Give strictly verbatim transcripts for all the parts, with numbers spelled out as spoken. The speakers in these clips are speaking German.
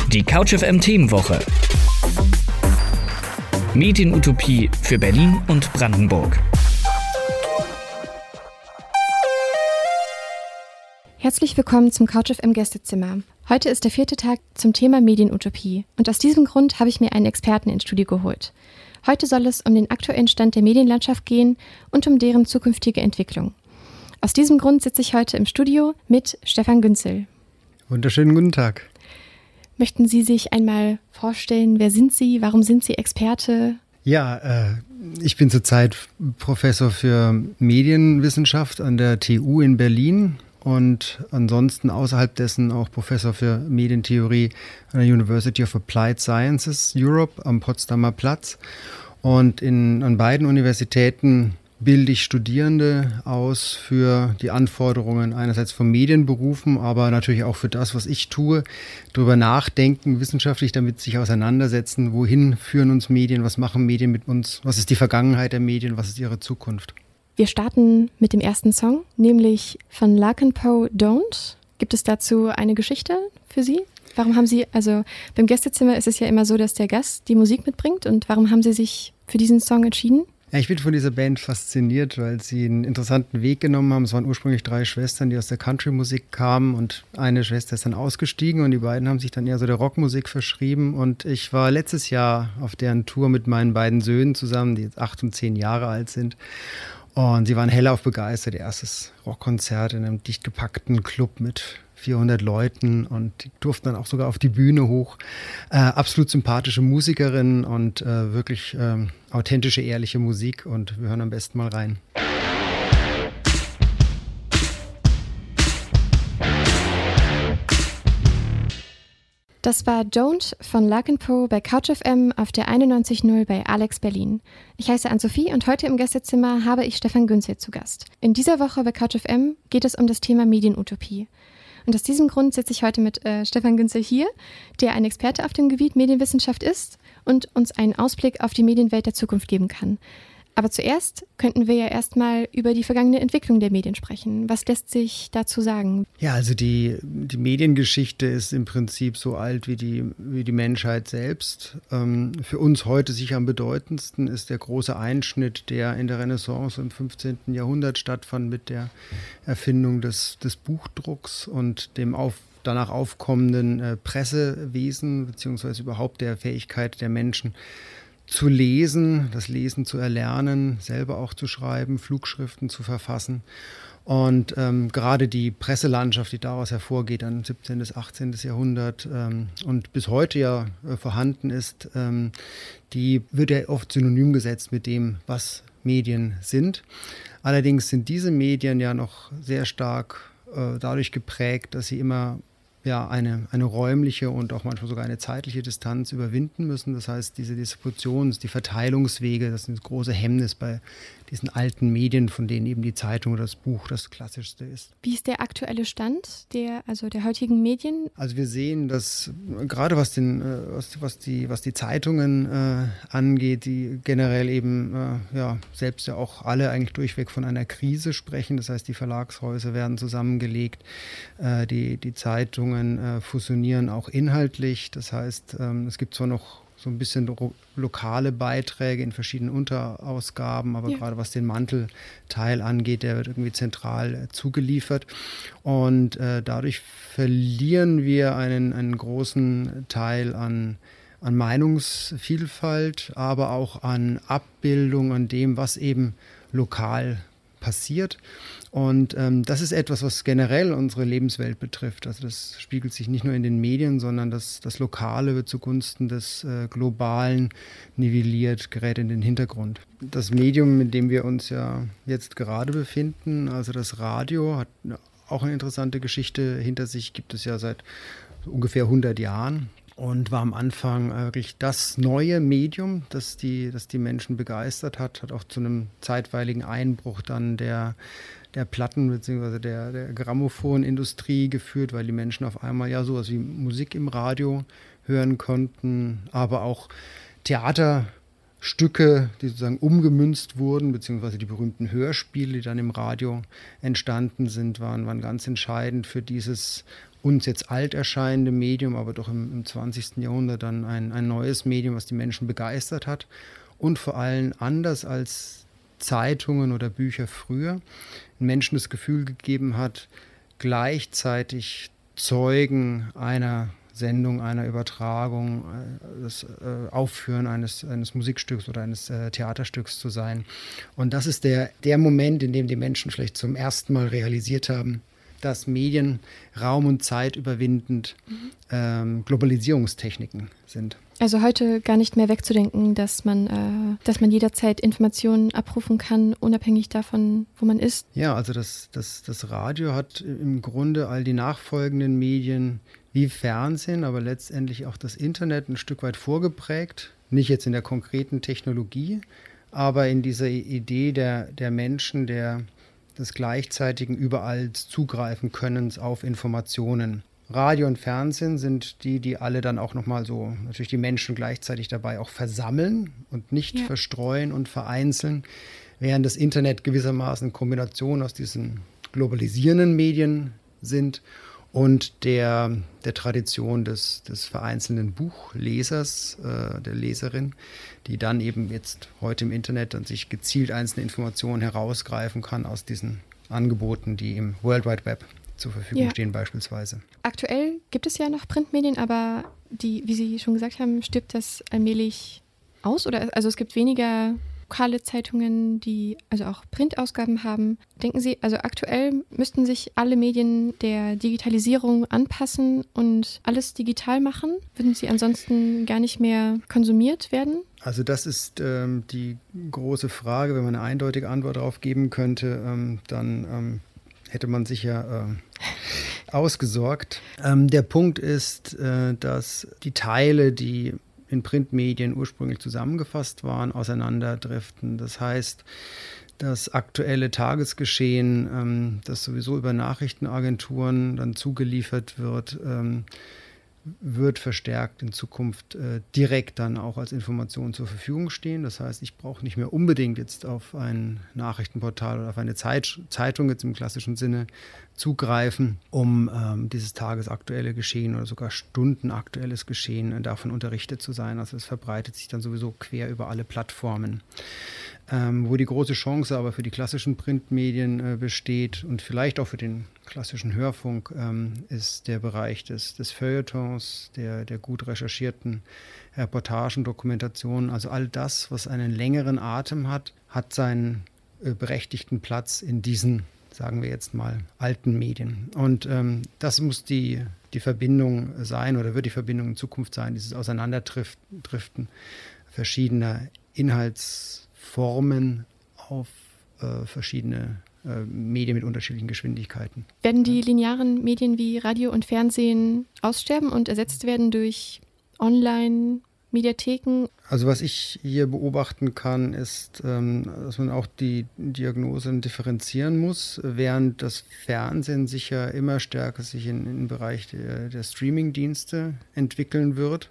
Die CouchFM Themenwoche. Medienutopie für Berlin und Brandenburg. Herzlich willkommen zum CouchFM Gästezimmer. Heute ist der vierte Tag zum Thema Medienutopie und aus diesem Grund habe ich mir einen Experten ins Studio geholt. Heute soll es um den aktuellen Stand der Medienlandschaft gehen und um deren zukünftige Entwicklung. Aus diesem Grund sitze ich heute im Studio mit Stefan Günzel. Wunderschönen guten Tag. Möchten Sie sich einmal vorstellen, wer sind Sie, warum sind Sie Experte? Ja, äh, ich bin zurzeit Professor für Medienwissenschaft an der T U in Berlin und ansonsten außerhalb dessen auch Professor für Medientheorie an der University of Applied Sciences Europe am Potsdamer Platz. Und in, an beiden Universitäten bilde ich Studierende aus für die Anforderungen einerseits von Medienberufen, aber natürlich auch für das, was ich tue, darüber nachdenken, wissenschaftlich damit sich auseinandersetzen, wohin führen uns Medien, was machen Medien mit uns, was ist die Vergangenheit der Medien, was ist ihre Zukunft. Wir starten mit dem ersten Song, nämlich von Larkin Poe Don't. Gibt es dazu eine Geschichte für Sie? Warum haben Sie, also beim Gästezimmer ist es ja immer so, dass der Gast die Musik mitbringt, und warum haben Sie sich für diesen Song entschieden? Ja, ich bin von dieser Band fasziniert, weil sie einen interessanten Weg genommen haben. Es waren ursprünglich drei Schwestern, die aus der Country-Musik kamen, und eine Schwester ist dann ausgestiegen und die beiden haben sich dann eher so der Rockmusik verschrieben. Und ich war letztes Jahr auf deren Tour mit meinen beiden Söhnen zusammen, die jetzt acht und zehn Jahre alt sind. Und sie waren hellauf begeistert. Erstes Rockkonzert in einem dicht gepackten Club mit vierhundert Leuten, und die durften dann auch sogar auf die Bühne hoch. Äh, absolut sympathische Musikerin und äh, wirklich ähm, authentische, ehrliche Musik, und wir hören am besten mal rein. Das war Don't von Larkin Poe bei CouchFM auf der einundneunzig Komma null bei Alex Berlin. Ich heiße Ann-Sophie und heute im Gästezimmer habe ich Stefan Günzel zu Gast. In dieser Woche bei CouchFM geht es um das Thema Medienutopie. Und aus diesem Grund sitze ich heute mit äh, Stefan Günzel hier, der ein Experte auf dem Gebiet Medienwissenschaft ist und uns einen Ausblick auf die Medienwelt der Zukunft geben kann. Aber zuerst könnten wir ja erstmal über die vergangene Entwicklung der Medien sprechen. Was lässt sich dazu sagen? Ja, also die, die Mediengeschichte ist im Prinzip so alt wie die, wie die Menschheit selbst. Ähm, für uns heute sicher am bedeutendsten ist der große Einschnitt, der in der Renaissance im fünfzehnten Jahrhundert stattfand mit der Erfindung des, des Buchdrucks und dem auf, danach aufkommenden äh, Pressewesen, beziehungsweise überhaupt der Fähigkeit der Menschen, zu lesen, das Lesen zu erlernen, selber auch zu schreiben, Flugschriften zu verfassen. Und ähm, gerade die Presselandschaft, die daraus hervorgeht, an siebzehnten bis achtzehnten Jahrhundert ähm, und bis heute ja äh, vorhanden ist, ähm, die wird ja oft synonym gesetzt mit dem, was Medien sind. Allerdings sind diese Medien ja noch sehr stark äh, dadurch geprägt, dass sie immer ja, eine, eine räumliche und auch manchmal sogar eine zeitliche Distanz überwinden müssen. Das heißt, diese Distributions-, die Verteilungswege, das ist ein großes Hemmnis bei diesen alten Medien, von denen eben die Zeitung oder das Buch das klassischste ist. Wie ist der aktuelle Stand der, also der heutigen Medien? Also wir sehen, dass gerade was, den, was, was, die, was die Zeitungen äh, angeht, die generell eben äh, ja, selbst ja auch alle eigentlich durchweg von einer Krise sprechen. Das heißt, die Verlagshäuser werden zusammengelegt, äh, die, die Zeitungen äh, fusionieren auch inhaltlich. Das heißt, ähm, es gibt zwar noch so ein bisschen ro- lokale Beiträge in verschiedenen Unterausgaben, aber ja, gerade was den Mantelteil angeht, der wird irgendwie zentral äh, zugeliefert. Und äh, dadurch verlieren wir einen, einen großen Teil an, an Meinungsvielfalt, aber auch an Abbildung, an dem, was eben lokal passiert. Und ähm, das ist etwas, was generell unsere Lebenswelt betrifft. Also das spiegelt sich nicht nur in den Medien, sondern das, das Lokale wird zugunsten des äh, Globalen nivelliert, gerät in den Hintergrund. Das Medium, mit dem wir uns ja jetzt gerade befinden, also das Radio, hat auch eine interessante Geschichte hinter sich, gibt es ja seit ungefähr hundert Jahren. Und war am Anfang wirklich das neue Medium, das die, das die Menschen begeistert hat, hat auch zu einem zeitweiligen Einbruch dann der, der Platten- bzw. der, der Grammophonindustrie geführt, weil die Menschen auf einmal ja sowas wie Musik im Radio hören konnten, aber auch Theaterstücke, die sozusagen umgemünzt wurden, beziehungsweise die berühmten Hörspiele, die dann im Radio entstanden sind, waren, waren ganz entscheidend für dieses uns jetzt alt erscheinende Medium, aber doch im, im zwanzigsten Jahrhundert dann ein, ein neues Medium, was die Menschen begeistert hat und vor allem anders als Zeitungen oder Bücher früher Menschen das Gefühl gegeben hat, gleichzeitig Zeugen einer Sendung, einer Übertragung, das äh, Aufführen eines, eines Musikstücks oder eines äh, Theaterstücks zu sein. Und das ist der, der Moment, in dem die Menschen vielleicht zum ersten Mal realisiert haben, dass Medien Raum und Zeit überwindend mhm. ähm, Globalisierungstechniken sind. Also heute gar nicht mehr wegzudenken, dass man, äh, dass man jederzeit Informationen abrufen kann, unabhängig davon, wo man ist. Ja, also das, das, das Radio hat im Grunde all die nachfolgenden Medien wie Fernsehen, aber letztendlich auch das Internet ein Stück weit vorgeprägt. Nicht jetzt in der konkreten Technologie, aber in dieser Idee der, der Menschen, der des gleichzeitigen überall zugreifen Könnens auf Informationen. Radio und Fernsehen sind die, die alle dann auch nochmal so, natürlich die Menschen gleichzeitig dabei auch versammeln und nicht ja. verstreuen und vereinzeln, während das Internet gewissermaßen eine Kombination aus diesen globalisierenden Medien sind und der, der Tradition des, des vereinzelten Buchlesers, äh, der Leserin, die dann eben jetzt heute im Internet dann sich gezielt einzelne Informationen herausgreifen kann aus diesen Angeboten, die im World Wide Web zur Verfügung ja. stehen beispielsweise. Aktuell gibt es ja noch Printmedien, aber die, wie Sie schon gesagt haben, stirbt das allmählich aus? Oder also es gibt weniger lokale Zeitungen, die also auch Printausgaben haben. Denken Sie, also aktuell müssten sich alle Medien der Digitalisierung anpassen und alles digital machen? Würden sie ansonsten gar nicht mehr konsumiert werden? Also das ist ähm, die große Frage. Wenn man eine eindeutige Antwort darauf geben könnte, ähm, dann ähm, hätte man sich ja äh, ausgesorgt. Ähm, der Punkt ist, äh, dass die Teile, die in Printmedien ursprünglich zusammengefasst waren, auseinanderdriften. Das heißt, das aktuelle Tagesgeschehen, ähm, das sowieso über Nachrichtenagenturen dann zugeliefert wird, ähm, wird verstärkt in Zukunft äh, direkt dann auch als Information zur Verfügung stehen. Das heißt, ich brauche nicht mehr unbedingt jetzt auf ein Nachrichtenportal oder auf eine Zeit, Zeitung jetzt im klassischen Sinne zugreifen, um ähm, dieses tagesaktuelle Geschehen oder sogar stundenaktuelles Geschehen äh, davon unterrichtet zu sein. Also es verbreitet sich dann sowieso quer über alle Plattformen. Ähm, wo die große Chance aber für die klassischen Printmedien äh, besteht und vielleicht auch für den klassischen Hörfunk, ähm, ist der Bereich des, des Feuilletons, der, der gut recherchierten Reportagen, Dokumentationen. Also all das, was einen längeren Atem hat, hat seinen äh, berechtigten Platz in diesen, sagen wir jetzt mal, alten Medien. Und ähm, das muss die, die Verbindung sein oder wird die Verbindung in Zukunft sein, dieses Auseinanderdriften verschiedener Inhaltsformen auf äh, verschiedene äh, Medien mit unterschiedlichen Geschwindigkeiten. Werden die linearen Medien wie Radio und Fernsehen aussterben und ersetzt werden durch Online-Mediatheken? Also was ich hier beobachten kann, ist, ähm, dass man auch die Diagnosen differenzieren muss, während das Fernsehen sicher immer stärker sich in, in den Bereich der, der Streaming-Dienste entwickeln wird.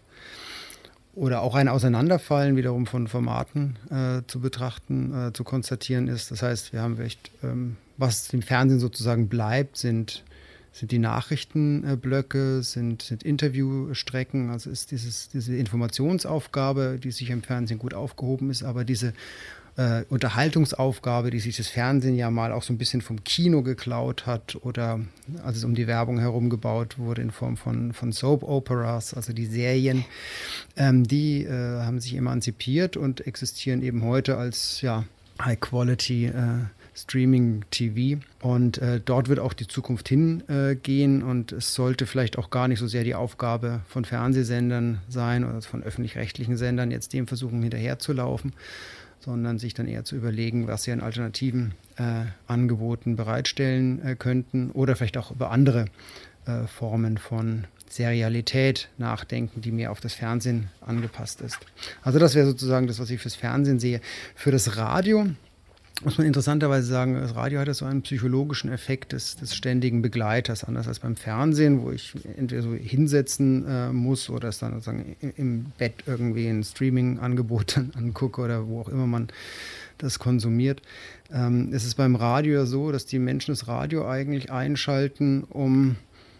Oder auch ein Auseinanderfallen wiederum von Formaten äh, zu betrachten, äh, zu konstatieren ist. Das heißt, wir haben echt, ähm, was im Fernsehen sozusagen bleibt, sind, sind die Nachrichtenblöcke, sind, sind Interviewstrecken. Also ist dieses, diese Informationsaufgabe, die sich im Fernsehen gut aufgehoben ist, aber diese äh, Unterhaltungsaufgabe, die sich das Fernsehen ja mal auch so ein bisschen vom Kino geklaut hat oder als es um die Werbung herum gebaut wurde in Form von, von Soap-Operas, also die Serien, ähm, die äh, haben sich emanzipiert und existieren eben heute als ja, High-Quality äh, Streaming-T V. Und äh, dort wird auch die Zukunft hingehen äh, und es sollte vielleicht auch gar nicht so sehr die Aufgabe von Fernsehsendern sein oder von öffentlich-rechtlichen Sendern, jetzt dem versuchen hinterherzulaufen, sondern sich dann eher zu überlegen, was sie an alternativen äh, Angeboten bereitstellen äh, könnten oder vielleicht auch über andere äh, Formen von Serialität nachdenken, die mehr auf das Fernsehen angepasst ist. Also das wäre sozusagen das, was ich fürs Fernsehen sehe. Für das Radio muss man interessanterweise sagen, das Radio hat ja so einen psychologischen Effekt des, des ständigen Begleiters, anders als beim Fernsehen, wo ich entweder so hinsetzen äh, muss oder es dann sozusagen im Bett irgendwie ein Streaming-Angebot angucke oder wo auch immer man das konsumiert. Ähm, es ist beim Radio ja so, dass die Menschen das Radio eigentlich einschalten, um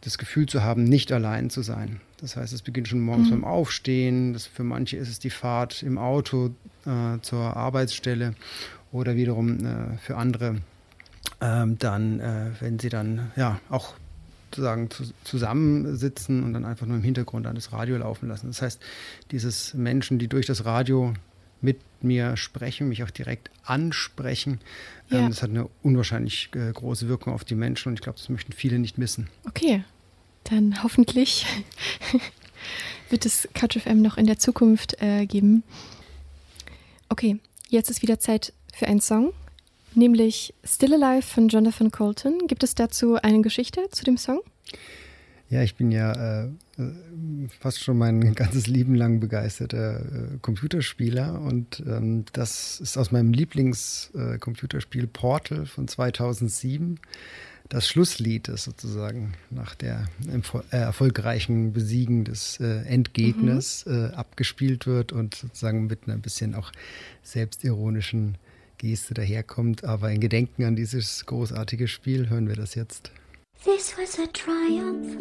das Gefühl zu haben, nicht allein zu sein. Das heißt, es beginnt schon morgens mhm. beim Aufstehen. Das, für manche ist es die Fahrt im Auto äh, zur Arbeitsstelle oder wiederum äh, für andere ähm, dann, äh, wenn sie dann ja auch sozusagen zu, zusammensitzen und dann einfach nur im Hintergrund dann das Radio laufen lassen. Das heißt, dieses Menschen, die durch das Radio mit mir sprechen, mich auch direkt ansprechen, ja. ähm, das hat eine unwahrscheinlich äh, große Wirkung auf die Menschen und ich glaube, das möchten viele nicht missen. Okay, dann hoffentlich wird es Couch F M noch in der Zukunft äh, geben. Okay, jetzt ist wieder Zeit für einen Song, nämlich Still Alive von Jonathan Coulton. Gibt es dazu eine Geschichte zu dem Song? Ja, ich bin ja äh, fast schon mein ganzes Leben lang begeisterter äh, Computerspieler und ähm, das ist aus meinem Lieblingscomputerspiel äh, Portal von zweitausendsieben das Schlusslied, das sozusagen nach der empf- äh, erfolgreichen Besiegen des äh, Endgegners mhm. äh, abgespielt wird und sozusagen mit einer bisschen auch selbstironischen Geste daherkommt. Aber in Gedenken an dieses großartige Spiel hören wir das jetzt. This was a triumph.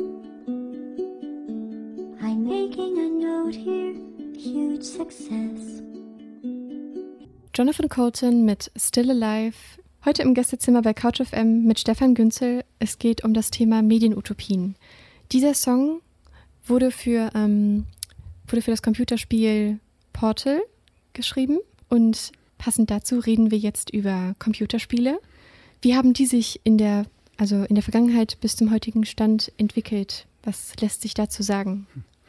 I'm making a note here, huge success. Jonathan Coulton mit Still Alive. Heute im Gästezimmer bei Couch F M mit Stefan Günzel. Es geht um das Thema Medienutopien. Dieser Song wurde für, ähm, wurde für das Computerspiel Portal geschrieben und passend dazu reden wir jetzt über Computerspiele. Wie haben die sich in der Also in der Vergangenheit bis zum heutigen Stand entwickelt? Was lässt sich dazu sagen?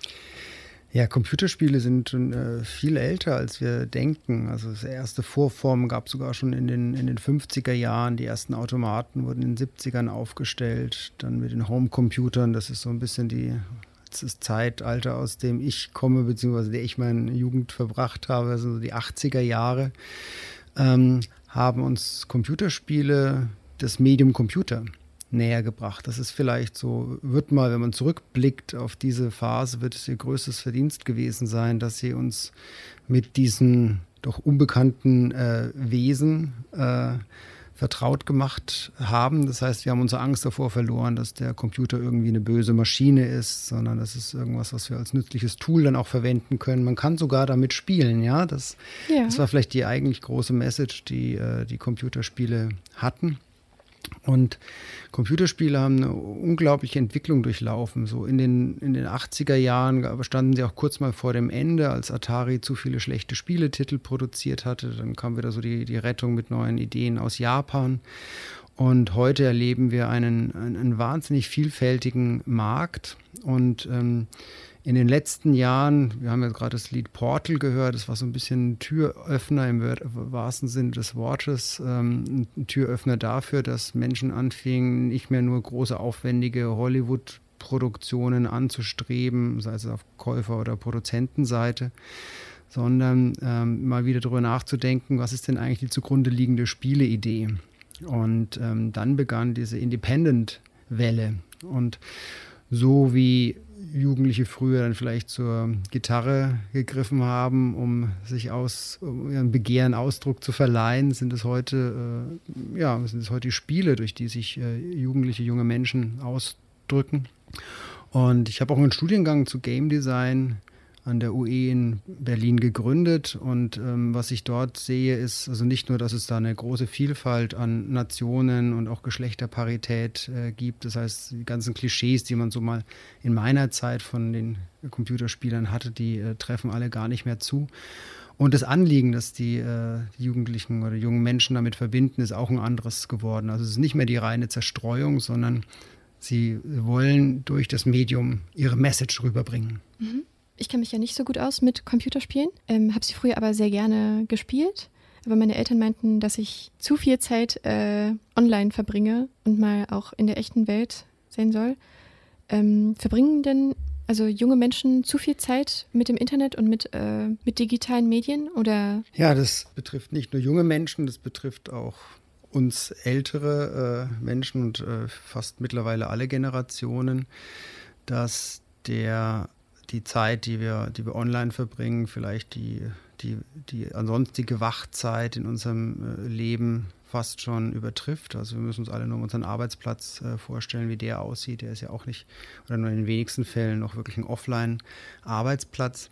Ja, Computerspiele sind schon äh, viel älter, als wir denken. Also das erste Vorformen gab es sogar schon in den, in den fünfziger Jahren. Die ersten Automaten wurden in den siebzigern aufgestellt. Dann mit den Homecomputern, das ist so ein bisschen die, das ist Zeitalter, aus dem ich komme, beziehungsweise der ich meine Jugend verbracht habe, also die achtziger Jahre, ähm, haben uns Computerspiele das Medium Computer näher gebracht. Das ist vielleicht so, wird mal, wenn man zurückblickt auf diese Phase, wird es ihr größtes Verdienst gewesen sein, dass sie uns mit diesen doch unbekannten äh, Wesen äh, vertraut gemacht haben. Das heißt, wir haben unsere Angst davor verloren, dass der Computer irgendwie eine böse Maschine ist, sondern das ist irgendwas, was wir als nützliches Tool dann auch verwenden können. Man kann sogar damit spielen, ja. Das, ja. das war vielleicht die eigentlich große Message, die äh, die Computerspiele hatten. Und Computerspiele haben eine unglaubliche Entwicklung durchlaufen. So in den, in den achtziger Jahren standen sie auch kurz mal vor dem Ende, als Atari zu viele schlechte Spieletitel produziert hatte. Dann kam wieder so die, die Rettung mit neuen Ideen aus Japan. Und heute erleben wir einen, einen, einen wahnsinnig vielfältigen Markt. Und ähm, in den letzten Jahren, wir haben ja gerade das Lied Portal gehört, das war so ein bisschen ein Türöffner im wahrsten Sinne des Wortes, ähm, ein Türöffner dafür, dass Menschen anfingen, nicht mehr nur große, aufwendige Hollywood-Produktionen anzustreben, sei es auf Käufer- oder Produzentenseite, sondern ähm, mal wieder darüber nachzudenken, was ist denn eigentlich die zugrunde liegende Spieleidee? Und ähm, dann begann diese Independent-Welle. Und so wie Jugendliche früher dann vielleicht zur Gitarre gegriffen haben, um sich aus, um ihren Begehren Ausdruck zu verleihen, sind es heute, äh, ja, sind es heute die Spiele, durch die sich äh, Jugendliche, junge Menschen ausdrücken. Und ich habe auch einen Studiengang zu Game Design an der U E in Berlin gegründet und ähm, was ich dort sehe, ist also nicht nur, dass es da eine große Vielfalt an Nationen und auch Geschlechterparität äh, gibt, das heißt, die ganzen Klischees, die man so mal in meiner Zeit von den Computerspielern hatte, die äh, treffen alle gar nicht mehr zu. Und das Anliegen, das die, äh, die Jugendlichen oder jungen Menschen damit verbinden, ist auch ein anderes geworden. Also es ist nicht mehr die reine Zerstreuung, sondern sie wollen durch das Medium ihre Message rüberbringen. Mhm. Ich kenne mich ja nicht so gut aus mit Computerspielen, ähm, habe sie früher aber sehr gerne gespielt. Aber meine Eltern meinten, dass ich zu viel Zeit äh, online verbringe und mal auch in der echten Welt sein soll. Ähm, verbringen denn also junge Menschen zu viel Zeit mit dem Internet und mit, äh, mit digitalen Medien? Oder? Ja, das betrifft nicht nur junge Menschen, das betrifft auch uns ältere äh, Menschen und äh, fast mittlerweile alle Generationen, dass der die Zeit, die wir, die wir online verbringen, vielleicht die, die, die ansonstige Wachzeit in unserem äh, Leben fast schon übertrifft. Also wir müssen uns alle nur unseren Arbeitsplatz äh, vorstellen, wie der aussieht. Der ist ja auch nicht, oder nur in den wenigsten Fällen noch wirklich ein Offline-Arbeitsplatz.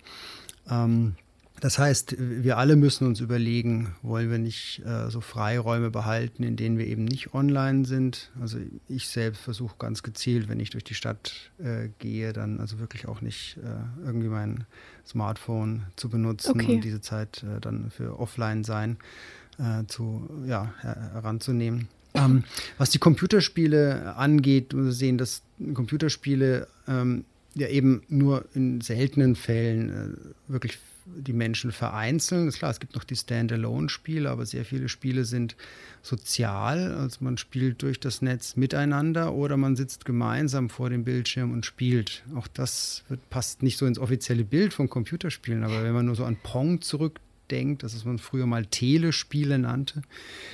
Ähm, Das heißt, wir alle müssen uns überlegen, wollen wir nicht äh, so Freiräume behalten, in denen wir eben nicht online sind. Also ich selbst versuche ganz gezielt, wenn ich durch die Stadt äh, gehe, dann also wirklich auch nicht äh, irgendwie mein Smartphone zu benutzen Okay. und diese Zeit äh, dann für Offline-Sein äh, zu, ja, her heranzunehmen. Ähm, was die Computerspiele angeht, muss man sehen, dass Computerspiele ähm, ja eben nur in seltenen Fällen äh, wirklich die Menschen vereinzeln. Das ist klar, es gibt noch die Standalone-Spiele, aber sehr viele Spiele sind sozial. Also man spielt durch das Netz miteinander oder man sitzt gemeinsam vor dem Bildschirm und spielt. Auch das wird, passt nicht so ins offizielle Bild von Computerspielen, aber wenn man nur so an Pong zurückdenkt, das was man früher mal Telespiele nannte,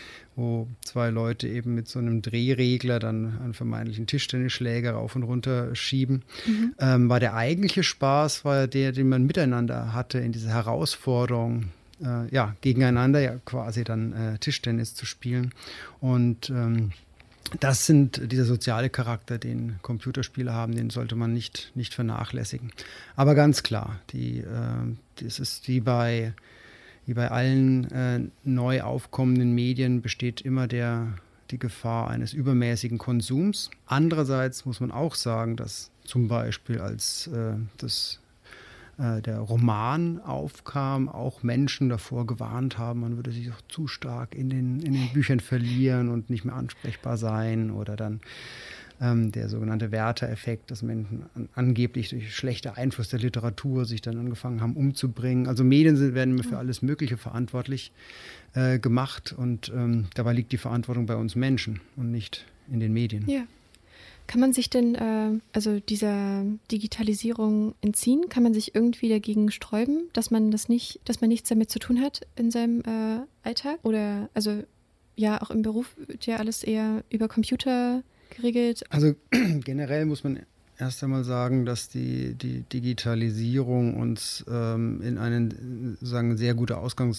wo zwei Leute eben mit so einem Drehregler dann einen vermeintlichen Tischtennisschläger rauf und runter schieben. Mhm. Ähm, war der eigentliche Spaß, war der, den man miteinander hatte in dieser Herausforderung, äh, ja, gegeneinander ja quasi dann äh, Tischtennis zu spielen. Und ähm, das sind dieser soziale Charakter, den Computerspiele haben, den sollte man nicht, nicht vernachlässigen. Aber ganz klar, die, äh, das ist wie bei Wie bei allen äh, neu aufkommenden Medien besteht immer der, die Gefahr eines übermäßigen Konsums. Andererseits muss man auch sagen, dass zum Beispiel als äh, das, äh, der Roman aufkam, auch Menschen davor gewarnt haben, man würde sich auch zu stark in den, in den Büchern verlieren und nicht mehr ansprechbar sein oder dann Ähm, der sogenannte Werther-Effekt, dass Menschen an, angeblich durch schlechter Einfluss der Literatur sich dann angefangen haben umzubringen. Also Medien sind, werden für alles Mögliche verantwortlich äh, gemacht und ähm, dabei liegt die Verantwortung bei uns Menschen und nicht in den Medien. Ja. Kann man sich denn äh, also dieser Digitalisierung entziehen? Kann man sich irgendwie dagegen sträuben, dass man das nicht, dass man nichts damit zu tun hat in seinem äh, Alltag? Oder also ja, auch im Beruf wird ja alles eher über Computer geregelt. Also generell muss man erst einmal sagen, dass die, die Digitalisierung uns ähm, in eine sagen, sehr gute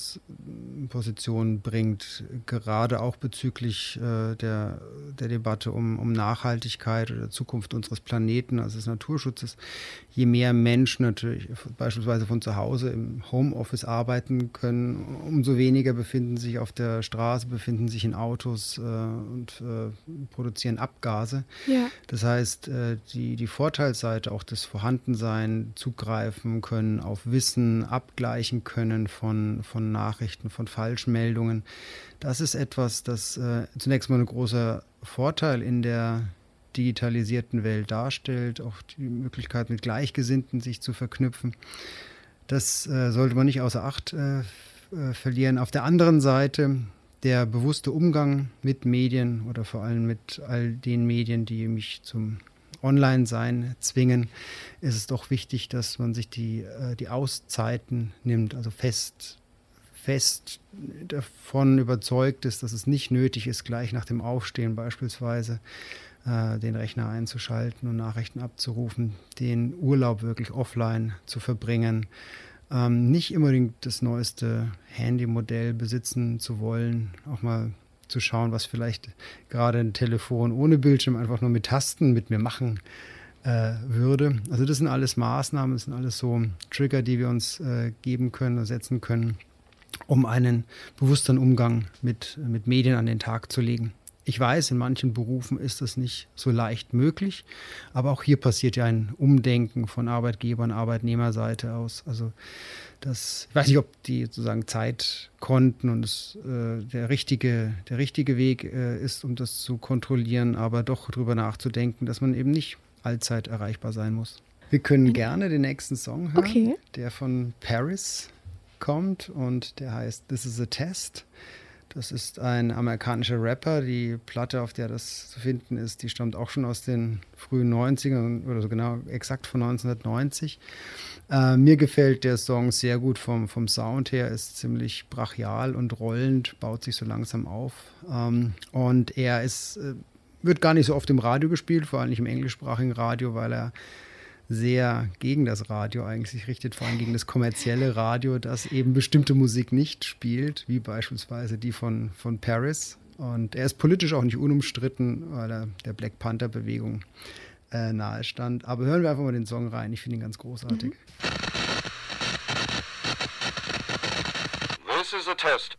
Ausgangsposition bringt, gerade auch bezüglich äh, der, der Debatte um, um Nachhaltigkeit oder Zukunft unseres Planeten, also des Naturschutzes. Je mehr Menschen natürlich beispielsweise von zu Hause im Homeoffice arbeiten können, umso weniger befinden sich auf der Straße, befinden sich in Autos äh, und äh, produzieren Abgase. Ja. Das heißt, äh, die, die Vorteilsseite, auch das Vorhandensein, zugreifen können auf Wissen, abgleichen können von, von Nachrichten, von Falschmeldungen. Das ist etwas, das äh, zunächst mal ein großer Vorteil in der digitalisierten Welt darstellt, auch die Möglichkeit, mit Gleichgesinnten sich zu verknüpfen. Das äh, sollte man nicht außer Acht äh, äh, verlieren. Auf der anderen Seite der bewusste Umgang mit Medien oder vor allem mit all den Medien, die mich zum Online-Sein zwingen, ist es doch wichtig, dass man sich die, äh, die Auszeiten nimmt, also fest, fest davon überzeugt ist, dass es nicht nötig ist, gleich nach dem Aufstehen beispielsweise äh, den Rechner einzuschalten und Nachrichten abzurufen, den Urlaub wirklich offline zu verbringen, ähm, nicht unbedingt das neueste Handymodell besitzen zu wollen, auch mal zu schauen, was vielleicht gerade ein Telefon ohne Bildschirm einfach nur mit Tasten mit mir machen äh, würde. Also das sind alles Maßnahmen, das sind alles so Trigger, die wir uns äh, geben können, setzen können, um einen bewussteren Umgang mit, mit Medien an den Tag zu legen. Ich weiß, in manchen Berufen ist das nicht so leicht möglich, aber auch hier passiert ja ein Umdenken von Arbeitgeber- und Arbeitnehmerseite aus. Also das, ich weiß nicht, ob die sozusagen Zeitkonten und es, äh, der, richtige, der richtige Weg äh, ist, um das zu kontrollieren, aber doch darüber nachzudenken, dass man eben nicht allzeit erreichbar sein muss. Wir können gerne den nächsten Song hören, Okay. der von Paris kommt und der heißt This is a Test. Das ist ein amerikanischer Rapper. Die Platte, auf der das zu finden ist, die stammt auch schon aus den frühen neunzigern oder so genau exakt von neunzehnhundertneunzig. Äh, mir gefällt der Song sehr gut vom, vom Sound her, ist ziemlich brachial und rollend, baut sich so langsam auf. Ähm, und er ist, äh, wird gar nicht so oft im Radio gespielt, vor allem nicht im englischsprachigen Radio, weil er sehr gegen das Radio eigentlich sich richtet, vor allem gegen das kommerzielle Radio, das eben bestimmte Musik nicht spielt, wie beispielsweise die von, von Paris. Und er ist politisch auch nicht unumstritten, weil er der Black Panther-Bewegung äh, nahe stand. Aber hören wir einfach mal den Song rein. Ich finde ihn ganz großartig. Mhm. This is a test.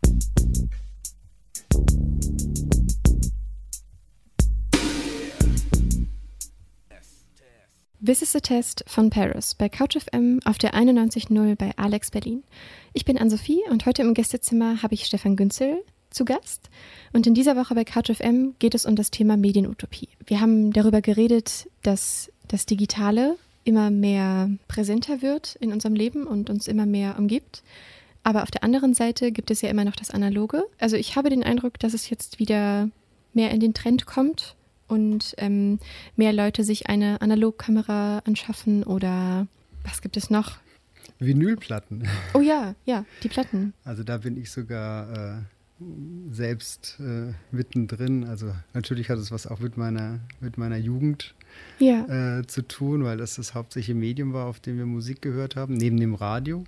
This is a Test von Paris bei Couch F M auf der einundneunzig Komma null bei Alex Berlin. Ich bin Ann-Sophie und heute im Gästezimmer habe ich Stefan Günzel zu Gast. Und in dieser Woche bei Couch F M geht es um das Thema Medienutopie. Wir haben darüber geredet, dass das Digitale immer mehr präsenter wird in unserem Leben und uns immer mehr umgibt. Aber auf der anderen Seite gibt es ja immer noch das Analoge. Also ich habe den Eindruck, dass es jetzt wieder mehr in den Trend kommt und ähm, mehr Leute sich eine Analogkamera anschaffen oder was gibt es noch? Vinylplatten. Oh ja, ja, die Platten. Also da bin ich sogar äh, selbst äh, mittendrin. Also natürlich hat es was auch mit meiner, mit meiner Jugend ja. äh, zu tun, weil das das hauptsächliche Medium war, auf dem wir Musik gehört haben, neben dem Radio.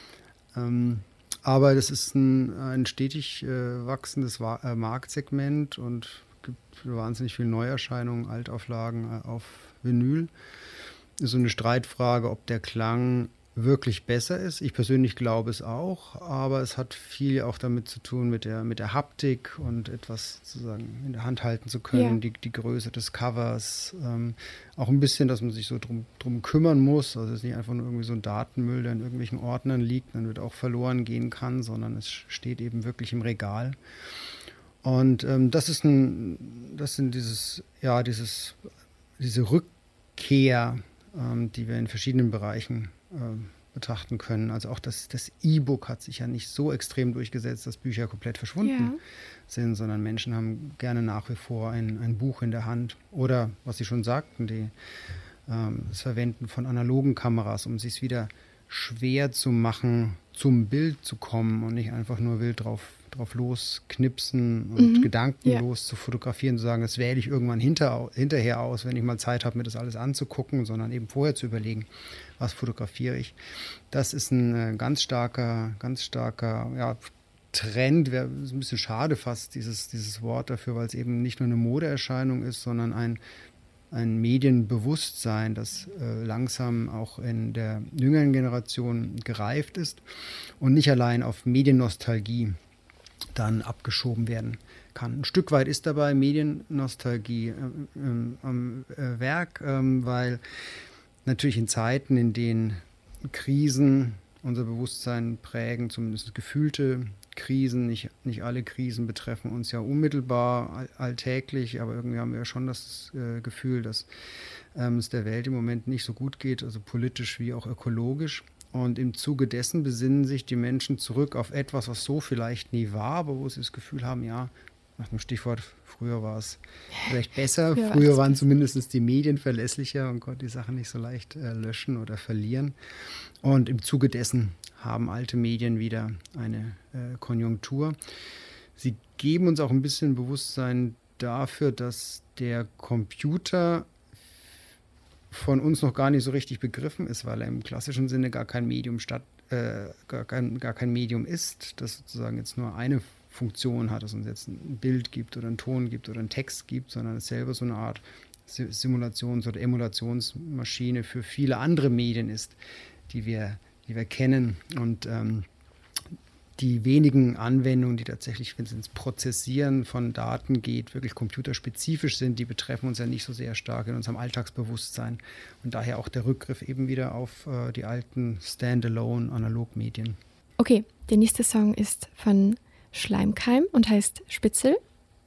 Ähm, aber das ist ein, ein stetig äh, wachsendes Wa- äh, Marktsegment und gibt wahnsinnig viele Neuerscheinungen, Altauflagen auf Vinyl. Ist so eine Streitfrage, ob der Klang wirklich besser ist. Ich persönlich glaube es auch, aber es hat viel auch damit zu tun mit der, mit der Haptik und etwas sozusagen in der Hand halten zu können, ja. die, die Größe des Covers. Ähm, auch ein bisschen, dass man sich so drum, drum kümmern muss. Also es ist nicht einfach nur irgendwie so ein Datenmüll, der in irgendwelchen Ordnern liegt, dann wird auch verloren gehen kann, sondern es steht eben wirklich im Regal. Und ähm, das ist ein, das sind dieses, ja, dieses, diese Rückkehr, ähm, die wir in verschiedenen Bereichen ähm, betrachten können. Also auch das, das E-Book hat sich ja nicht so extrem durchgesetzt, dass Bücher komplett verschwunden ja. sind, sondern Menschen haben gerne nach wie vor ein, ein Buch in der Hand. Oder, was Sie schon sagten, die, ähm, das Verwenden von analogen Kameras, um es sich wieder schwer zu machen, zum Bild zu kommen und nicht einfach nur wild drauf drauf losknipsen und mhm. gedankenlos ja. zu fotografieren, zu sagen, das wähle ich irgendwann hinter, hinterher aus, wenn ich mal Zeit habe, mir das alles anzugucken, sondern eben vorher zu überlegen, was fotografiere ich. Das ist ein äh, ganz starker, ganz starker ja, Trend. Wäre ein bisschen schade fast, dieses, dieses Wort dafür, weil es eben nicht nur eine Modeerscheinung ist, sondern ein, ein Medienbewusstsein, das äh, langsam auch in der jüngeren Generation gereift ist und nicht allein auf Mediennostalgie dann abgeschoben werden kann. Ein Stück weit ist dabei Mediennostalgie äh, äh, am äh, Werk, äh, weil natürlich in Zeiten, in denen Krisen unser Bewusstsein prägen, zumindest gefühlte Krisen, nicht, nicht alle Krisen betreffen uns ja unmittelbar all, alltäglich, aber irgendwie haben wir ja schon das äh, Gefühl, dass ähm, es der Welt im Moment nicht so gut geht, also politisch wie auch ökologisch. Und im Zuge dessen besinnen sich die Menschen zurück auf etwas, was so vielleicht nie war, aber wo sie das Gefühl haben, ja, nach dem Stichwort, früher war es vielleicht besser, früher, früher waren zumindest die Medien verlässlicher und konnte die Sachen nicht so leicht äh, löschen oder verlieren. Und im Zuge dessen haben alte Medien wieder eine äh, Konjunktur. Sie geben uns auch ein bisschen Bewusstsein dafür, dass der Computer von uns noch gar nicht so richtig begriffen ist, weil er im klassischen Sinne gar kein Medium statt, äh, gar, kein, gar kein Medium ist, das sozusagen jetzt nur eine Funktion hat, dass uns jetzt ein Bild gibt oder einen Ton gibt oder einen Text gibt, sondern es selber so eine Art Simulations- oder Emulationsmaschine für viele andere Medien ist, die wir, die wir kennen. Und ähm, die wenigen Anwendungen, die tatsächlich, wenn es ins Prozessieren von Daten geht, wirklich computerspezifisch sind, die betreffen uns ja nicht so sehr stark in unserem Alltagsbewusstsein. Und daher auch der Rückgriff eben wieder auf äh, die alten Standalone-Analogmedien. Okay, der nächste Song ist von Schleimkeim und heißt Spitzel.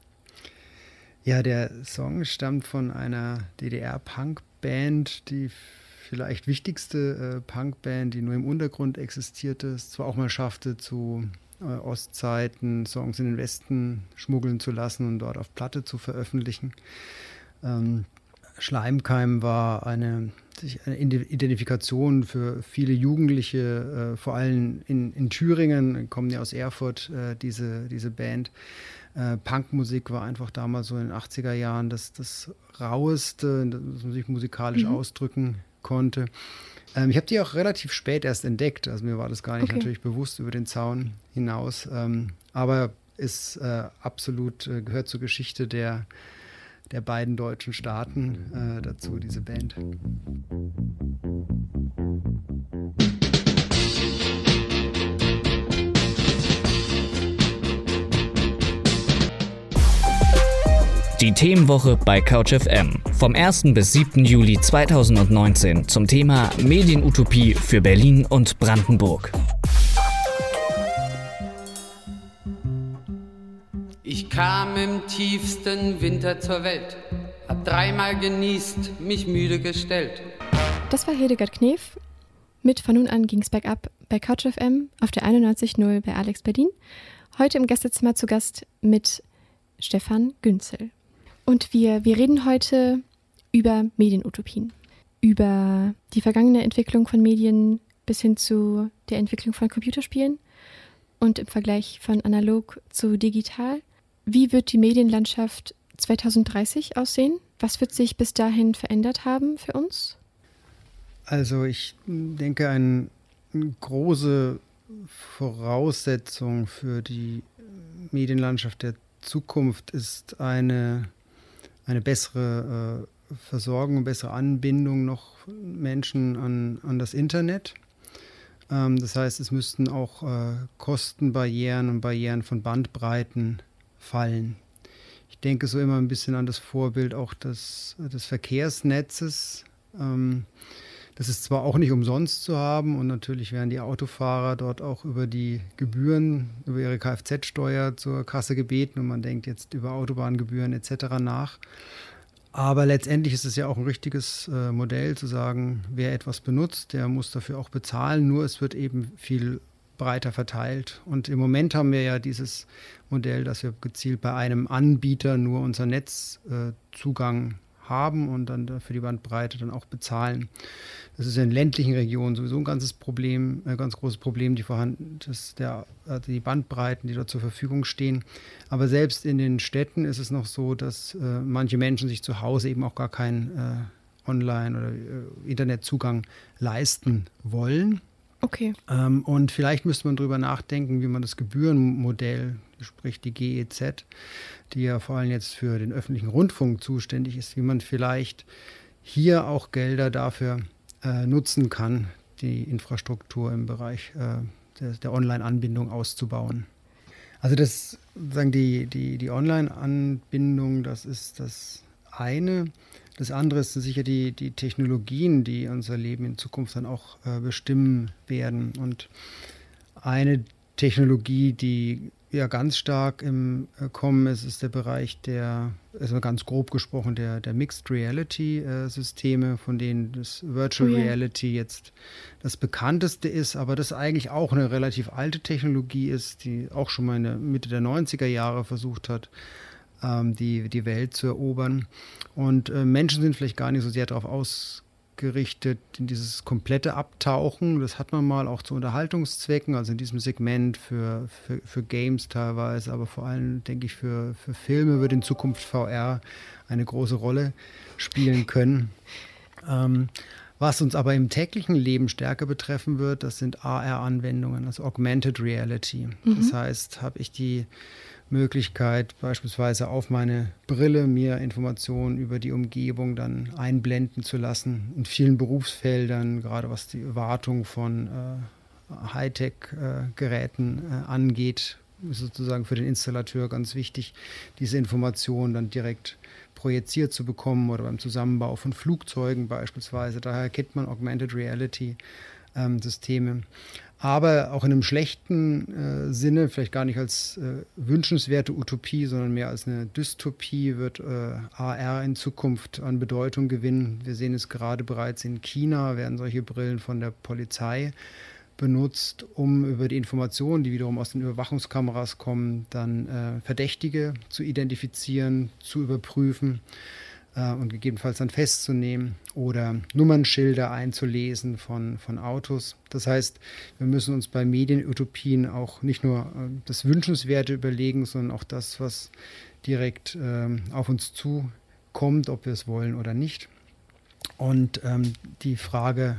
Ja, der Song stammt von einer D D R-Punk-Band, die vielleicht wichtigste äh, Punkband, die nur im Untergrund existierte, es zwar auch mal schaffte, zu äh, Ostzeiten Songs in den Westen schmuggeln zu lassen und dort auf Platte zu veröffentlichen. Ähm, Schleimkeim war eine, eine Identifikation für viele Jugendliche, äh, vor allem in, in Thüringen, kommen ja aus Erfurt, äh, diese, diese Band. Äh, Punkmusik war einfach damals so in den achtziger Jahren das, das Raueste, dass man sich musikalisch mhm. ausdrücken konnte. Ähm, ich habe die auch relativ spät erst entdeckt, also mir war das gar nicht okay. natürlich bewusst über den Zaun hinaus. Ähm, aber ist äh, absolut, äh, gehört zur Geschichte der, der beiden deutschen Staaten äh, dazu, diese Band. Die Themenwoche bei Couch F M vom ersten bis siebten Juli zweitausendneunzehn zum Thema Medienutopie für Berlin und Brandenburg. Ich kam im tiefsten Winter zur Welt, hab dreimal genießt, mich müde gestellt. Das war Hildegard Knef mit Von nun an ging's bergab bei Couch F M auf der einundneunzig Komma null bei Alex Berlin. Heute im Gästezimmer zu Gast mit Stefan Günzel. Und wir, wir reden heute über Medienutopien, über die vergangene Entwicklung von Medien bis hin zu der Entwicklung von Computerspielen und im Vergleich von analog zu digital. Wie wird die Medienlandschaft zweitausenddreißig aussehen? Was wird sich bis dahin verändert haben für uns? Also ich denke, eine große Voraussetzung für die Medienlandschaft der Zukunft ist eine eine bessere äh, Versorgung, bessere Anbindung noch Menschen an, an das Internet. Ähm, das heißt, es müssten auch äh, Kostenbarrieren und Barrieren von Bandbreiten fallen. Ich denke so immer ein bisschen an das Vorbild auch des, des Verkehrsnetzes. Ähm, das ist zwar auch nicht umsonst zu haben und natürlich werden die Autofahrer dort auch über die Gebühren, über ihre Kfz-Steuer zur Kasse gebeten und man denkt jetzt über Autobahngebühren et cetera nach. Aber letztendlich ist es ja auch ein richtiges äh, Modell zu sagen, wer etwas benutzt, der muss dafür auch bezahlen, nur es wird eben viel breiter verteilt. Und im Moment haben wir ja dieses Modell, dass wir gezielt bei einem Anbieter nur unser Netzzugang äh, haben und dann für die Bandbreite dann auch bezahlen. Das ist in ländlichen Regionen sowieso ein ganzes Problem, ein ganz großes Problem, die vorhanden, das der, also die Bandbreiten, die dort zur Verfügung stehen. Aber selbst in den Städten ist es noch so, dass äh, manche Menschen sich zu Hause eben auch gar keinen äh, Online- oder äh, Internetzugang leisten wollen. Okay. Ähm, und vielleicht müsste man darüber nachdenken, wie man das Gebührenmodell, sprich die G E Z, die ja vor allem jetzt für den öffentlichen Rundfunk zuständig ist, wie man vielleicht hier auch Gelder dafür äh, nutzen kann, die Infrastruktur im Bereich äh, der, der Online-Anbindung auszubauen. Also das, sagen die, die, die Online-Anbindung, das ist das eine. Das andere ist sicher die, die Technologien, die unser Leben in Zukunft dann auch äh, bestimmen werden. Und eine Technologie, die ja ganz stark im äh, Kommen ist, ist der Bereich der, also ganz grob gesprochen, der, der Mixed Reality äh, Systeme, von denen das Virtual Oh ja. Reality jetzt das bekannteste ist, aber das eigentlich auch eine relativ alte Technologie ist, die auch schon mal in der Mitte der neunziger Jahre versucht hat, ähm, die, die Welt zu erobern. Und äh, Menschen sind vielleicht gar nicht so sehr darauf ausgerichtet, in dieses komplette Abtauchen. Das hat man mal auch zu Unterhaltungszwecken, also in diesem Segment für, für, für Games teilweise, aber vor allem, denke ich, für, für Filme wird in Zukunft V R eine große Rolle spielen können. Ähm, was uns aber im täglichen Leben stärker betreffen wird, das sind A R-Anwendungen, also Augmented Reality. Mhm. Das heißt, habe ich die Möglichkeit, beispielsweise auf meine Brille mir Informationen über die Umgebung dann einblenden zu lassen. In vielen Berufsfeldern, gerade was die Wartung von äh, Hightech-Geräten äh, angeht, ist sozusagen für den Installateur ganz wichtig, diese Informationen dann direkt projiziert zu bekommen oder beim Zusammenbau von Flugzeugen beispielsweise. Daher kennt man Augmented Reality ähm, Systeme. Aber auch in einem schlechten äh, Sinne, vielleicht gar nicht als äh, wünschenswerte Utopie, sondern mehr als eine Dystopie, wird äh, A R in Zukunft an Bedeutung gewinnen. Wir sehen es gerade bereits in China, werden solche Brillen von der Polizei benutzt, um über die Informationen, die wiederum aus den Überwachungskameras kommen, dann äh, Verdächtige zu identifizieren, zu überprüfen äh, und gegebenenfalls dann festzunehmen oder Nummernschilder einzulesen von, von Autos. Das heißt, wir müssen uns bei Medienutopien auch nicht nur äh, das Wünschenswerte überlegen, sondern auch das, was direkt äh, auf uns zukommt, ob wir es wollen oder nicht. Und ähm, die Frage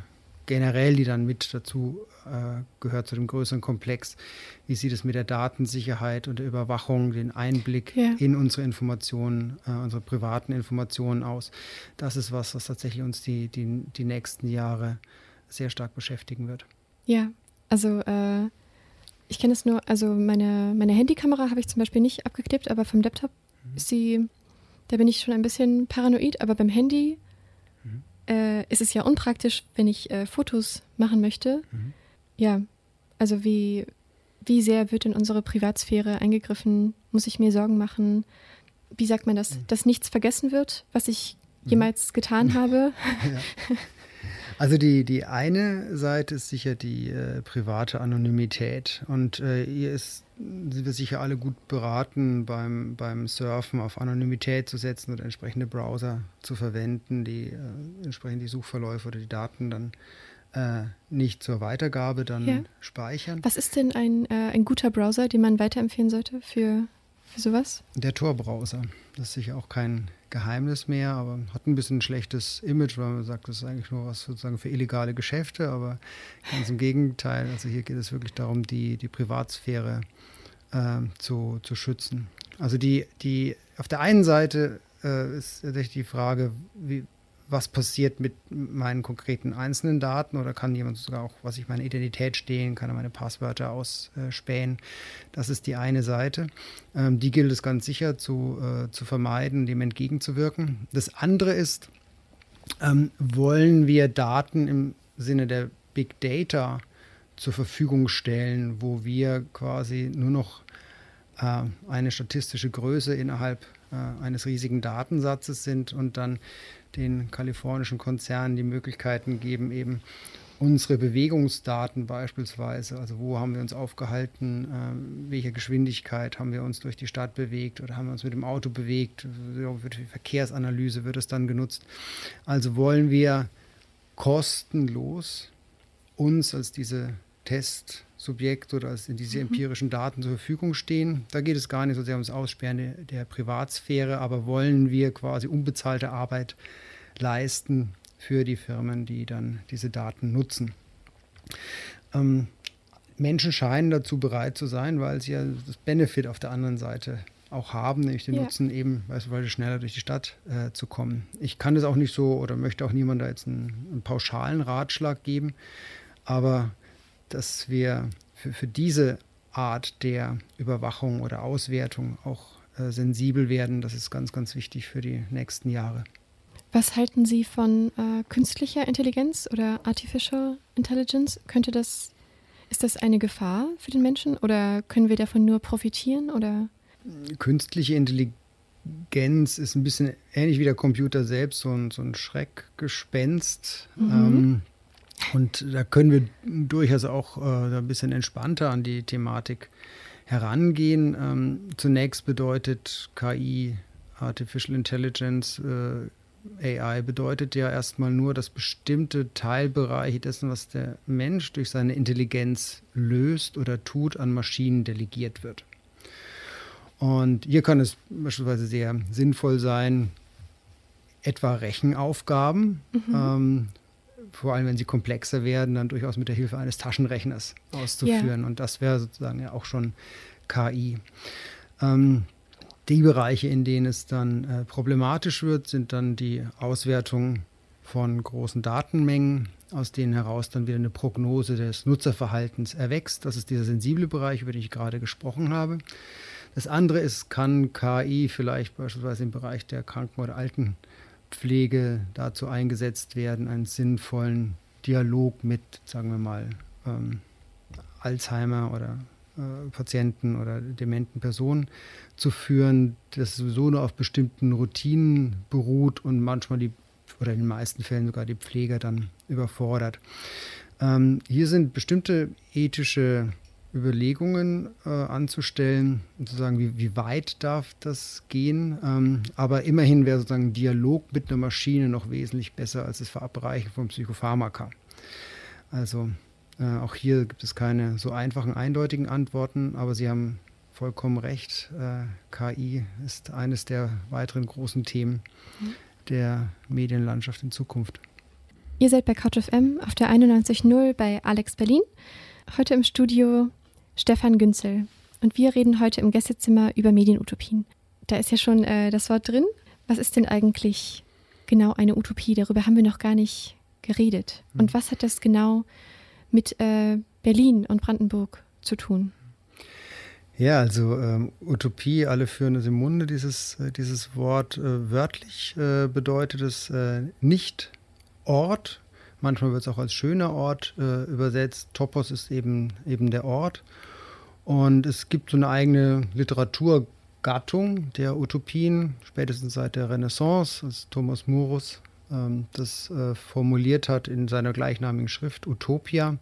generell, die dann mit dazu äh, gehört, zu dem größeren Komplex. Wie sieht es mit der Datensicherheit und der Überwachung, den Einblick ja. in unsere Informationen, äh, unsere privaten Informationen aus? Das ist was, was tatsächlich uns die, die, die nächsten Jahre sehr stark beschäftigen wird. Ja, also äh, ich kenne es nur, also meine, meine Handykamera habe ich zum Beispiel nicht abgeklebt, aber vom Laptop mhm. ist sie, da bin ich schon ein bisschen paranoid, aber beim Handy mhm. äh, ist es ja unpraktisch, wenn ich äh, Fotos machen möchte. Mhm. Ja, also wie, wie sehr wird in unsere Privatsphäre eingegriffen? Muss ich mir Sorgen machen? Wie sagt man das? Mhm. Dass nichts vergessen wird, was ich jemals mhm. getan habe? Ja. Also die, die eine Seite ist sicher die äh, private Anonymität und äh, hier ist, sind wir sicher alle gut beraten, beim, beim Surfen auf Anonymität zu setzen oder entsprechende Browser zu verwenden, die äh, entsprechend die Suchverläufe oder die Daten dann äh, nicht zur Weitergabe dann ja. speichern. Was ist denn ein, äh, ein guter Browser, den man weiterempfehlen sollte für, für sowas? Der Tor-Browser, das ist sicher auch kein Geheimnis mehr, aber hat ein bisschen ein schlechtes Image, weil man sagt, das ist eigentlich nur was sozusagen für illegale Geschäfte, aber ganz im Gegenteil. Also hier geht es wirklich darum, die, die Privatsphäre äh, zu, zu schützen. Also die, die auf der einen Seite äh, ist tatsächlich die Frage, wie, was passiert mit meinen konkreten einzelnen Daten oder kann jemand sogar auch, was ich meine Identität stehlen, kann er meine Passwörter ausspähen. Das ist die eine Seite. Ähm, die gilt es ganz sicher zu, äh, zu vermeiden, dem entgegenzuwirken. Das andere ist, ähm, wollen wir Daten im Sinne der Big Data zur Verfügung stellen, wo wir quasi nur noch äh, eine statistische Größe innerhalb äh, eines riesigen Datensatzes sind und dann den kalifornischen Konzernen die Möglichkeiten geben, eben unsere Bewegungsdaten beispielsweise, also wo haben wir uns aufgehalten, äh, welche Geschwindigkeit haben wir uns durch die Stadt bewegt oder haben wir uns mit dem Auto bewegt, wird die Verkehrsanalyse wird es dann genutzt. Also wollen wir kostenlos uns als diese Testsubjekte oder als diese mhm. empirischen Daten zur Verfügung stehen. Da geht es gar nicht so sehr ums Aussperren der, der Privatsphäre, aber wollen wir quasi unbezahlte Arbeit leisten für die Firmen, die dann diese Daten nutzen. Ähm, Menschen scheinen dazu bereit zu sein, weil sie ja das Benefit auf der anderen Seite auch haben, nämlich den ja. Nutzen eben, beispielsweise schneller durch die Stadt äh, zu kommen. Ich kann das auch nicht so oder möchte auch niemand da jetzt einen, einen pauschalen Ratschlag geben, aber dass wir für, für diese Art der Überwachung oder Auswertung auch äh, sensibel werden, das ist ganz, ganz wichtig für die nächsten Jahre. Was halten Sie von äh, künstlicher Intelligenz oder Artificial Intelligence? Könnte das, ist das eine Gefahr für den Menschen oder können wir davon nur profitieren? Oder? Künstliche Intelligenz ist ein bisschen ähnlich wie der Computer selbst, so ein, so ein Schreckgespenst. Mhm. Ähm, und da können wir durchaus auch äh, ein bisschen entspannter an die Thematik herangehen. Ähm, zunächst bedeutet K I, Artificial Intelligence, äh, A I bedeutet ja erstmal nur, dass bestimmte Teilbereiche dessen, was der Mensch durch seine Intelligenz löst oder tut, an Maschinen delegiert wird. Und hier kann es beispielsweise sehr sinnvoll sein, etwa Rechenaufgaben, mhm. ähm, vor allem wenn sie komplexer werden, dann durchaus mit der Hilfe eines Taschenrechners auszuführen. Yeah. Und das wäre sozusagen ja auch schon K I. Ähm, Die Bereiche, in denen es dann äh, problematisch wird, sind dann die Auswertung von großen Datenmengen, aus denen heraus dann wieder eine Prognose des Nutzerverhaltens erwächst. Das ist dieser sensible Bereich, über den ich gerade gesprochen habe. Das andere ist, kann K I vielleicht beispielsweise im Bereich der Kranken- oder Altenpflege dazu eingesetzt werden, einen sinnvollen Dialog mit, sagen wir mal, ähm, Alzheimer oder Patienten oder dementen Personen zu führen, das sowieso nur auf bestimmten Routinen beruht und manchmal die, oder in den meisten Fällen sogar die Pfleger dann überfordert. Ähm, hier sind bestimmte ethische Überlegungen äh, anzustellen und zu sagen, wie, wie weit darf das gehen. Ähm, aber immerhin wäre sozusagen ein Dialog mit einer Maschine noch wesentlich besser als das Verabreichen von Psychopharmaka. Also Äh, auch hier gibt es keine so einfachen, eindeutigen Antworten, aber Sie haben vollkommen recht. Äh, K I ist eines der weiteren großen Themen mhm. der Medienlandschaft in Zukunft. Ihr seid bei Couch F M auf der einundneunzig Komma null bei Alex Berlin. Heute im Studio Stefan Günzel. Und wir reden heute im Gästezimmer über Medienutopien. Da ist ja schon äh, das Wort drin. Was ist denn eigentlich genau eine Utopie? Darüber haben wir noch gar nicht geredet. Mhm. Und was hat das genau mit äh, Berlin und Brandenburg zu tun? Ja, also ähm, Utopie, alle führen es im Munde, dieses, äh, dieses Wort. Äh, wörtlich äh, bedeutet es äh, nicht Ort. Manchmal wird es auch als schöner Ort äh, übersetzt. Topos ist eben, eben der Ort. Und es gibt so eine eigene Literaturgattung der Utopien, spätestens seit der Renaissance, als Thomas Morus ähm, das äh, formuliert hat in seiner gleichnamigen Schrift Utopia.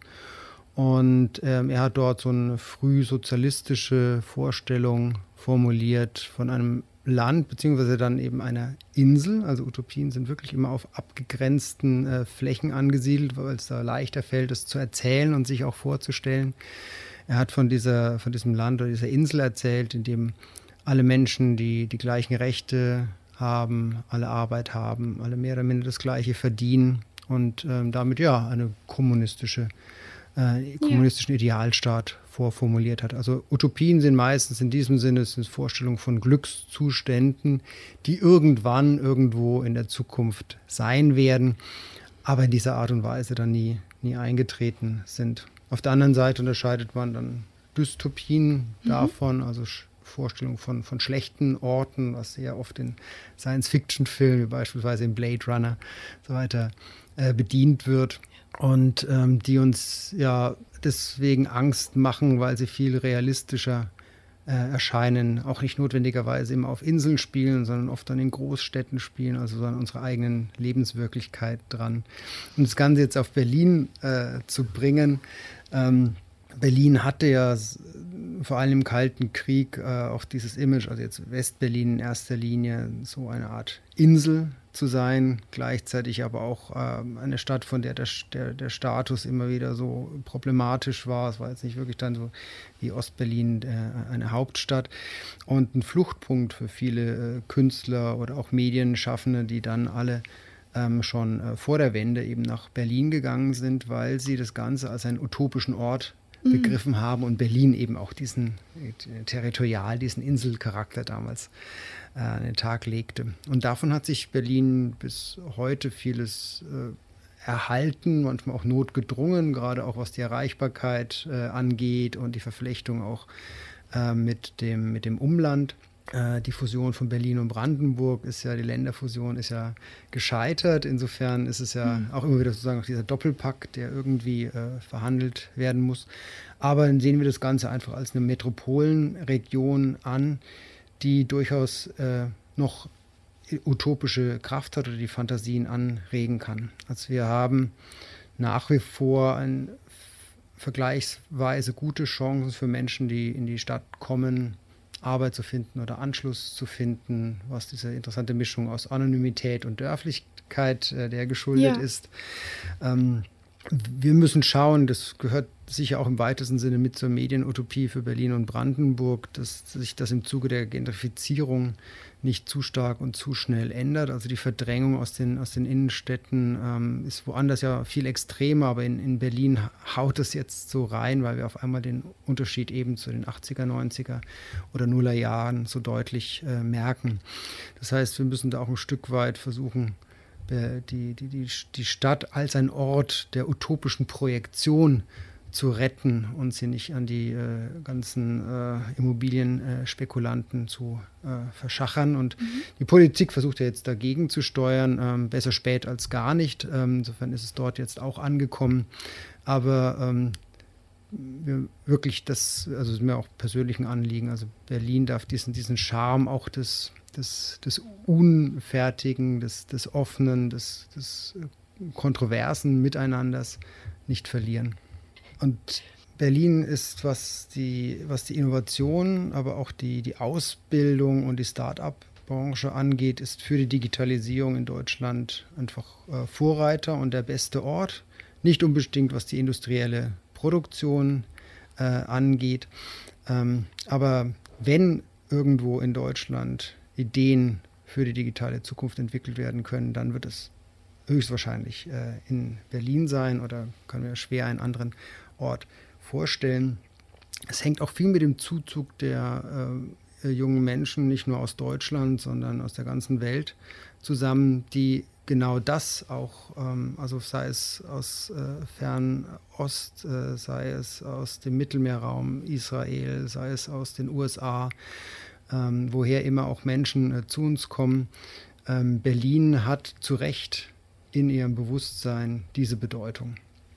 Und ähm, er hat dort so eine frühsozialistische Vorstellung formuliert von einem Land, beziehungsweise dann eben einer Insel. Also Utopien sind wirklich immer auf abgegrenzten äh, Flächen angesiedelt, weil es da leichter fällt, es zu erzählen und sich auch vorzustellen. Er hat von, dieser, von diesem Land oder dieser Insel erzählt, in dem alle Menschen die, die gleichen Rechte haben, alle Arbeit haben, alle mehr oder minder das Gleiche verdienen und ähm, damit ja eine kommunistische, äh, kommunistischen ja. Idealstaat vorformuliert hat. Also Utopien sind meistens in diesem Sinne sind Vorstellungen von Glückszuständen, die irgendwann irgendwo in der Zukunft sein werden, aber in dieser Art und Weise dann nie, nie eingetreten sind. Auf der anderen Seite unterscheidet man dann Dystopien mhm. davon, also Vorstellungen von, von schlechten Orten, was sehr oft in Science-Fiction-Filmen, wie beispielsweise in Blade Runner so weiter, äh, bedient wird. Und ähm, die uns ja deswegen Angst machen, weil sie viel realistischer äh, erscheinen. Auch nicht notwendigerweise immer auf Inseln spielen, sondern oft dann in Großstädten spielen, also so an unserer eigenen Lebenswirklichkeit dran. Und das Ganze jetzt auf Berlin äh, zu bringen, ähm, Berlin hatte ja vor allem im Kalten Krieg äh, auch dieses Image, also jetzt Westberlin in erster Linie, so eine Art Insel zu sein, gleichzeitig aber auch äh, eine Stadt, von der der, der der Status immer wieder so problematisch war. Es war jetzt nicht wirklich dann so wie Ostberlin äh, eine Hauptstadt und ein Fluchtpunkt für viele äh, Künstler oder auch Medienschaffende, die dann alle ähm, schon äh, vor der Wende eben nach Berlin gegangen sind, weil sie das Ganze als einen utopischen Ort begriffen haben und Berlin eben auch diesen äh, territorial, diesen Inselcharakter damals äh, an den Tag legte. Und davon hat sich Berlin bis heute vieles äh, erhalten, manchmal auch notgedrungen, gerade auch was die Erreichbarkeit äh, angeht und die Verflechtung auch äh, mit dem, mit dem Umland. Die Fusion von Berlin und Brandenburg ist ja, die Länderfusion ist ja gescheitert. Insofern ist es ja mhm. auch immer wieder sozusagen auch dieser Doppelpack, der irgendwie äh, verhandelt werden muss. Aber dann sehen wir das Ganze einfach als eine Metropolenregion an, die durchaus äh, noch utopische Kraft hat oder die Fantasien anregen kann. Also wir haben nach wie vor ein vergleichsweise gute Chancen für Menschen, die in die Stadt kommen, Arbeit zu finden oder Anschluss zu finden, was diese interessante Mischung aus Anonymität und Dörflichkeit äh, der geschuldet ja. ist. Ähm, wir müssen schauen, das gehört sicher auch im weitesten Sinne mit zur Medienutopie für Berlin und Brandenburg, dass sich das im Zuge der Gentrifizierung nicht zu stark und zu schnell ändert. Also die Verdrängung aus den, aus den Innenstädten ähm, ist woanders ja viel extremer, aber in, in Berlin haut es jetzt so rein, weil wir auf einmal den Unterschied eben zu den achtziger, neunziger oder Nuller Jahren so deutlich äh, merken. Das heißt, wir müssen da auch ein Stück weit versuchen, die, die, die, die Stadt als ein Ort der utopischen Projektion zu retten und sie nicht an die äh, ganzen äh, Immobilienspekulanten äh, zu äh, verschachern. Und mhm. die Politik versucht ja jetzt dagegen zu steuern, ähm, besser spät als gar nicht. Ähm, insofern ist es dort jetzt auch angekommen. Aber ähm, wir wirklich das, also ist mir auch persönlichen Anliegen, also Berlin darf diesen, diesen Charme auch des, des, des Unfertigen, des, des Offenen, des, des kontroversen Miteinanders nicht verlieren. Und Berlin ist, was die, was die Innovation, aber auch die, die Ausbildung und die Start-up-Branche angeht, ist für die Digitalisierung in Deutschland einfach äh, Vorreiter und der beste Ort. Nicht unbedingt, was die industrielle Produktion äh, angeht. Ähm, aber wenn irgendwo in Deutschland Ideen für die digitale Zukunft entwickelt werden können, dann wird es höchstwahrscheinlich äh, in Berlin sein oder kann mir schwer einen anderen Ort vorstellen. Es hängt auch viel mit dem Zuzug der äh, jungen Menschen, nicht nur aus Deutschland, sondern aus der ganzen Welt zusammen, die genau das auch, ähm, also sei es aus äh, Fernost, äh, sei es aus dem Mittelmeerraum, Israel, sei es aus den U S A, ähm, woher immer auch Menschen äh, zu uns kommen. Ähm, Berlin hat zu Recht in ihrem Bewusstsein diese Bedeutung.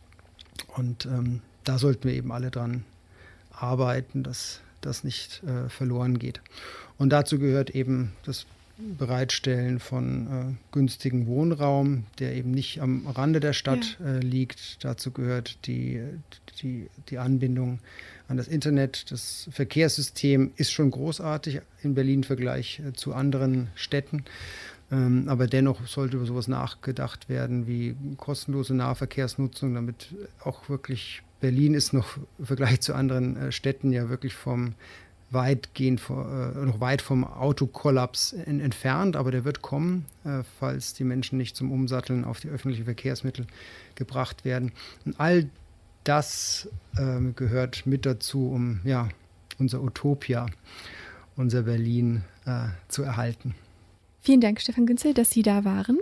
Und ähm, da sollten wir eben alle dran arbeiten, dass das nicht äh, verloren geht. Und dazu gehört eben das Bereitstellen von äh, günstigem Wohnraum, der eben nicht am Rande der Stadt ja. äh, liegt. Dazu gehört die, die, die Anbindung an das Internet. Das Verkehrssystem ist schon großartig in Berlin im Vergleich äh, zu anderen Städten. Ähm, aber dennoch sollte über sowas nachgedacht werden wie kostenlose Nahverkehrsnutzung, damit auch wirklich Berlin ist noch im Vergleich zu anderen äh, Städten ja wirklich vom weitgehend vor, äh, noch weit vom Autokollaps in, entfernt, aber der wird kommen, äh, falls die Menschen nicht zum Umsatteln auf die öffentlichen Verkehrsmittel gebracht werden. Und all das äh, gehört mit dazu, um ja, unser Utopia, unser Berlin äh, zu erhalten. Vielen Dank, Stefan Günzel, dass Sie da waren.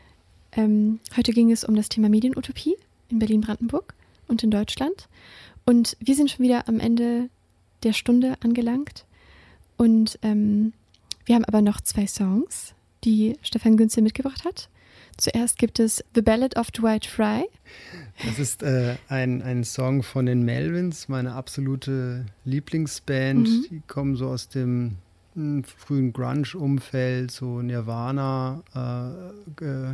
Ähm, heute ging es um das Thema Medienutopie in Berlin-Brandenburg und in Deutschland. Und wir sind schon wieder am Ende der Stunde angelangt. Und ähm, wir haben aber noch zwei Songs, die Stefan Günzel mitgebracht hat. Zuerst gibt es The Ballad of Dwight Fry. Das ist äh, ein, ein Song von den Melvins, meine absolute Lieblingsband. Mhm. Die kommen so aus dem mh, frühen Grunge-Umfeld, so Nirvana, äh, äh,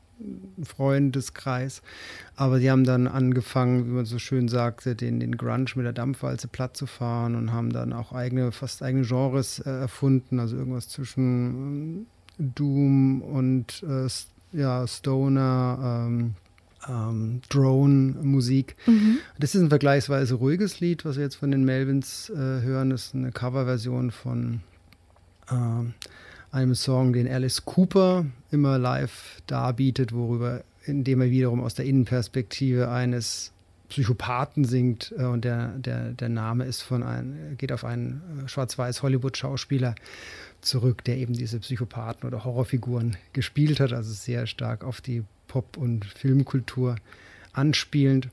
Freundeskreis. Aber die haben dann angefangen, wie man so schön sagte, den, den Grunge mit der Dampfwalze platt zu fahren und haben dann auch eigene, fast eigene Genres äh, erfunden, also irgendwas zwischen äh, Doom und äh, ja, Stoner, ähm, ähm, Drone-Musik. Mhm. Das ist ein vergleichsweise ruhiges Lied, was wir jetzt von den Melvins äh, hören. Das ist eine Coverversion von äh, einem Song, den Alice Cooper immer live darbietet, worüber, indem er wiederum aus der Innenperspektive eines Psychopathen singt. Äh, und der, der, der Name ist von ein, geht auf einen äh, schwarz-weiß Hollywood-Schauspieler zurück, der eben diese Psychopathen oder Horrorfiguren gespielt hat, also sehr stark auf die Pop- und Filmkultur anspielend.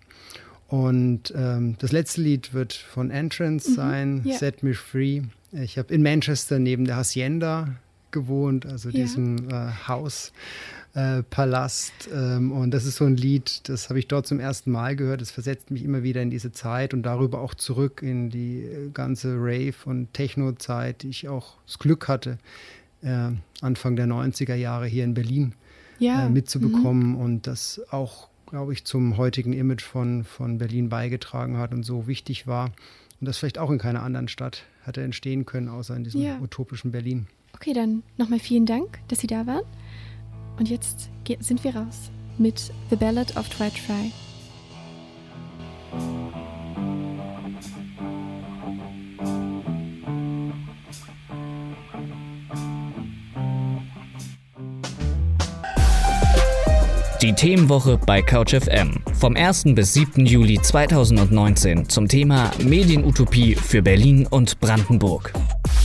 Und ähm, das letzte Lied wird von Entrance mhm, sein, yeah. Set Me Free. Ich habe in Manchester neben der Hacienda gewohnt, also yeah. diesem äh, Haus, äh, Palast. Ähm, und das ist so ein Lied, das habe ich dort zum ersten Mal gehört. Das versetzt mich immer wieder in diese Zeit und darüber auch zurück in die ganze Rave- und Techno-Zeit, die ich auch das Glück hatte, äh, Anfang der neunziger Jahre hier in Berlin ja. äh, mitzubekommen mhm. und das auch, glaube ich, zum heutigen Image von, von Berlin beigetragen hat und so wichtig war. Und das vielleicht auch in keiner anderen Stadt hätte entstehen können, außer in diesem ja. utopischen Berlin. Okay, dann nochmal vielen Dank, dass Sie da waren. Und jetzt ge- sind wir raus mit The Ballad of Dwight Fry. Die Themenwoche bei Couch F M vom ersten bis siebten Juli zweitausendneunzehn zum Thema Medienutopie für Berlin und Brandenburg.